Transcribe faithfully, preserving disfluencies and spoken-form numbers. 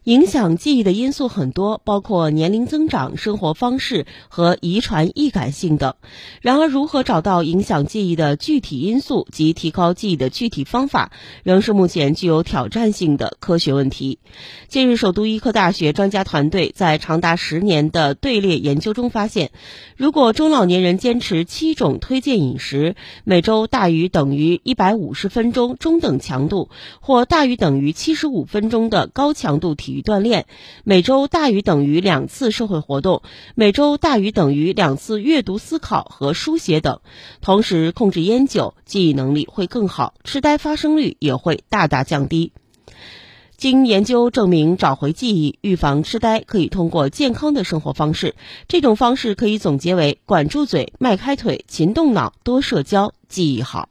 影响记忆的因素很多，包括年龄增长、生活方式和遗传易感性等。然而，如何找到影响记忆的具体因素及提高记忆的具体方法，仍是目前具有挑战性的科学问题。近日，首都医科大学专家团队在长达十年的队列研究中发现，如果中老年人坚持七种推荐饮食，每周大于等于一百五十分钟中等强度或大于等于七十五分钟的高强度体育锻炼，每周大于等于两次社会活动，每周大于等于两次阅读思考和书写等，同时控制烟酒，记忆能力会更好，痴呆发生率也会大大降低。经研究证明，找回记忆、预防痴呆可以通过健康的生活方式。这种方式可以总结为：管住嘴、迈开腿、勤动脑、多社交，记忆好。